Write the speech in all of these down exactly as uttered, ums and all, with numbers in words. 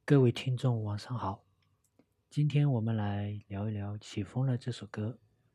各位听众晚上好，今天我们来聊一聊《起风了》这首歌。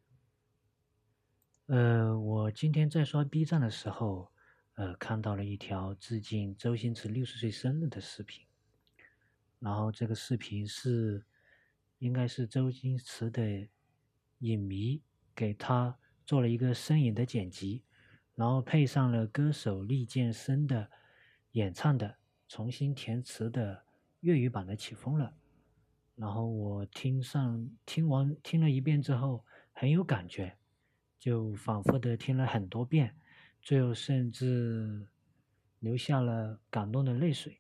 呃，我今天在刷 B 站的时候，呃，看到了一条致敬周星驰六十岁生日的视频，然后这个视频是应该是周星驰的影迷给他做了一个声影的剪辑，然后配上了歌手厉健生的演唱的重新填词的粤语版的《起风了》，然后我听上听完听了一遍之后很有感觉，就反复的听了很多遍，最后甚至流下了感动的泪水。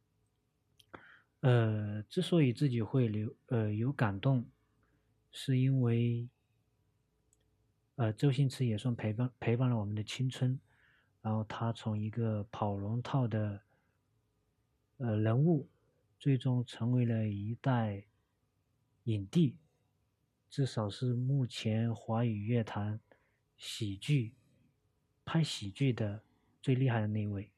呃，之所以自己会流呃有感动，是因为呃周星驰也算陪伴陪伴了我们的青春，然后他从一个跑龙套的呃人物，最终成为了一代影帝，至少是目前华语乐坛喜剧拍喜剧的最厉害的那位。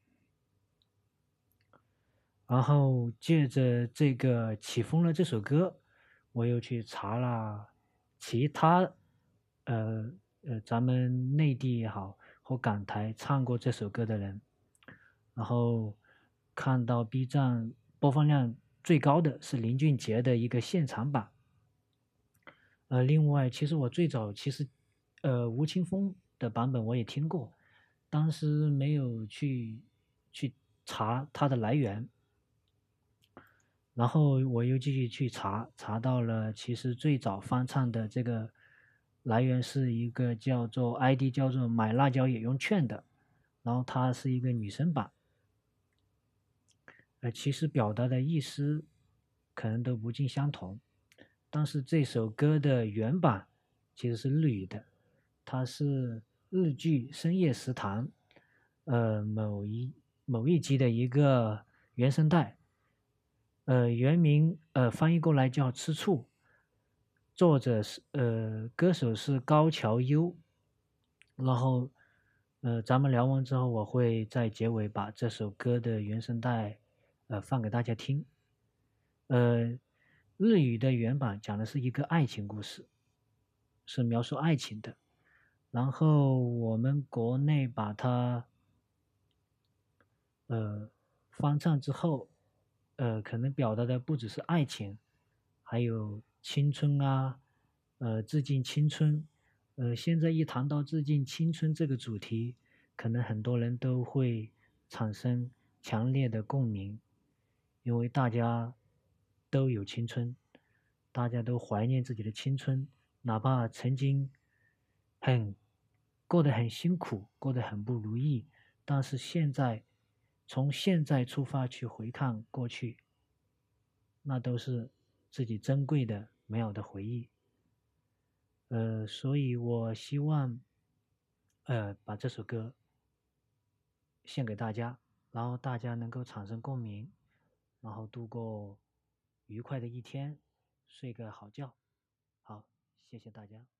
然后借着这个起风了这首歌，我又去查了其他呃呃咱们内地也好或港台唱过这首歌的人，然后看到 B 站播放量最高的是林俊杰的一个现场版。呃，另外其实我最早其实呃吴青峰的版本我也听过，当时没有去去查它的来源。然后我又继续去查，查到了其实最早翻唱的这个来源是一个叫做 I D 叫做买辣椒也用券的，然后它是一个女生版，呃，其实表达的意思可能都不尽相同，但是这首歌的原版其实是日语的，它是日剧《深夜食堂》呃某一某一集的一个原声带。呃，原名呃翻译过来叫吃醋，作者是呃歌手是高桥优，然后呃咱们聊完之后，我会在结尾把这首歌的原声带呃放给大家听。呃，日语的原版讲的是一个爱情故事，是描述爱情的，然后我们国内把它呃翻唱之后。呃，可能表达的不只是爱情，还有青春啊，呃，致敬青春。呃，现在一谈到致敬青春这个主题，可能很多人都会产生强烈的共鸣，因为大家都有青春，大家都怀念自己的青春，哪怕曾经很过得很辛苦，过得很不如意，但是现在。从现在出发去回看过去，那都是自己珍贵的美好的回忆。呃，所以我希望，呃，把这首歌献给大家，然后大家能够产生共鸣，然后度过愉快的一天，睡个好觉。好，谢谢大家。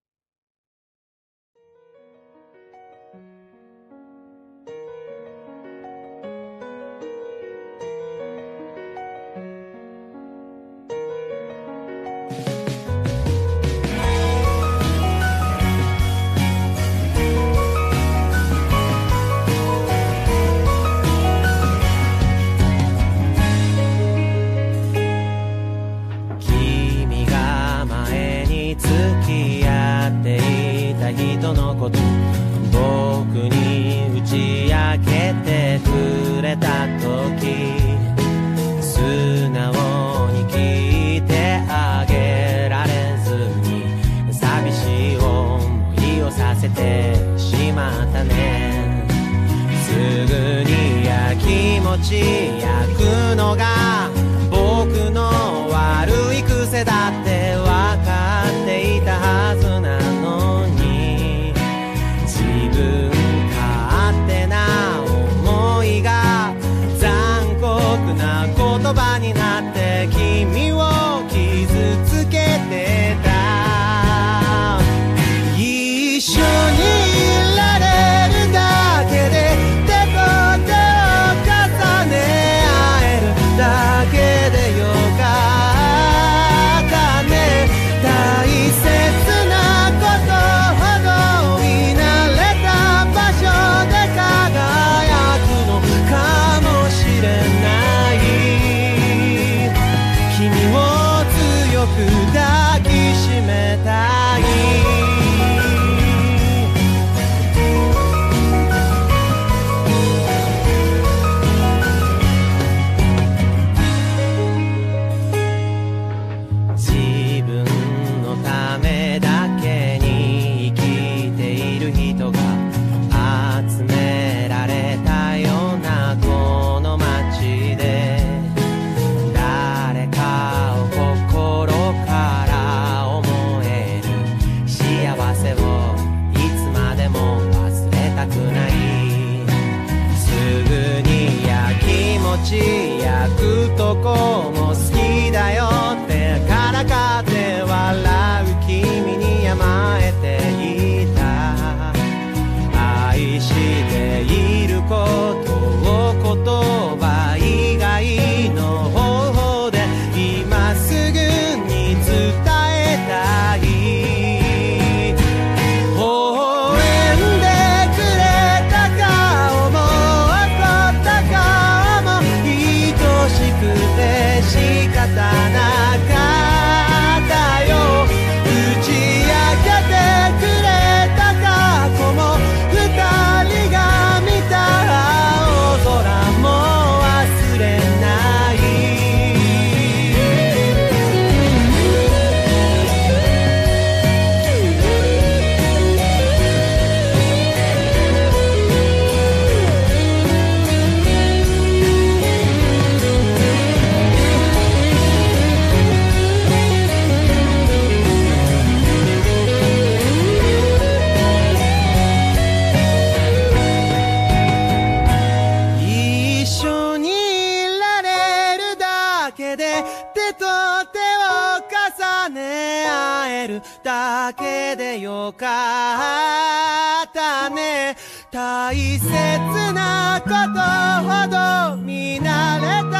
気持ち焼くのが僕の悪い癖だって分かっていたはずなのに、自分勝手な思いが残酷な言葉になって君を傷つけてた。一緒にいられるだけでだけでくとこも好きだよってからかって笑う君に甘えていた。愛していることを言葉以外の方法で今すぐに伝えたい。微笑んでくれた顔も怒った顔も愛しくて仕方なかったよ。打ち明けてくれた過去も二人が見た青空も忘れない。一緒にいられるだけで手と手を重ね合えるだけでよかったね。大切なことほど見慣れた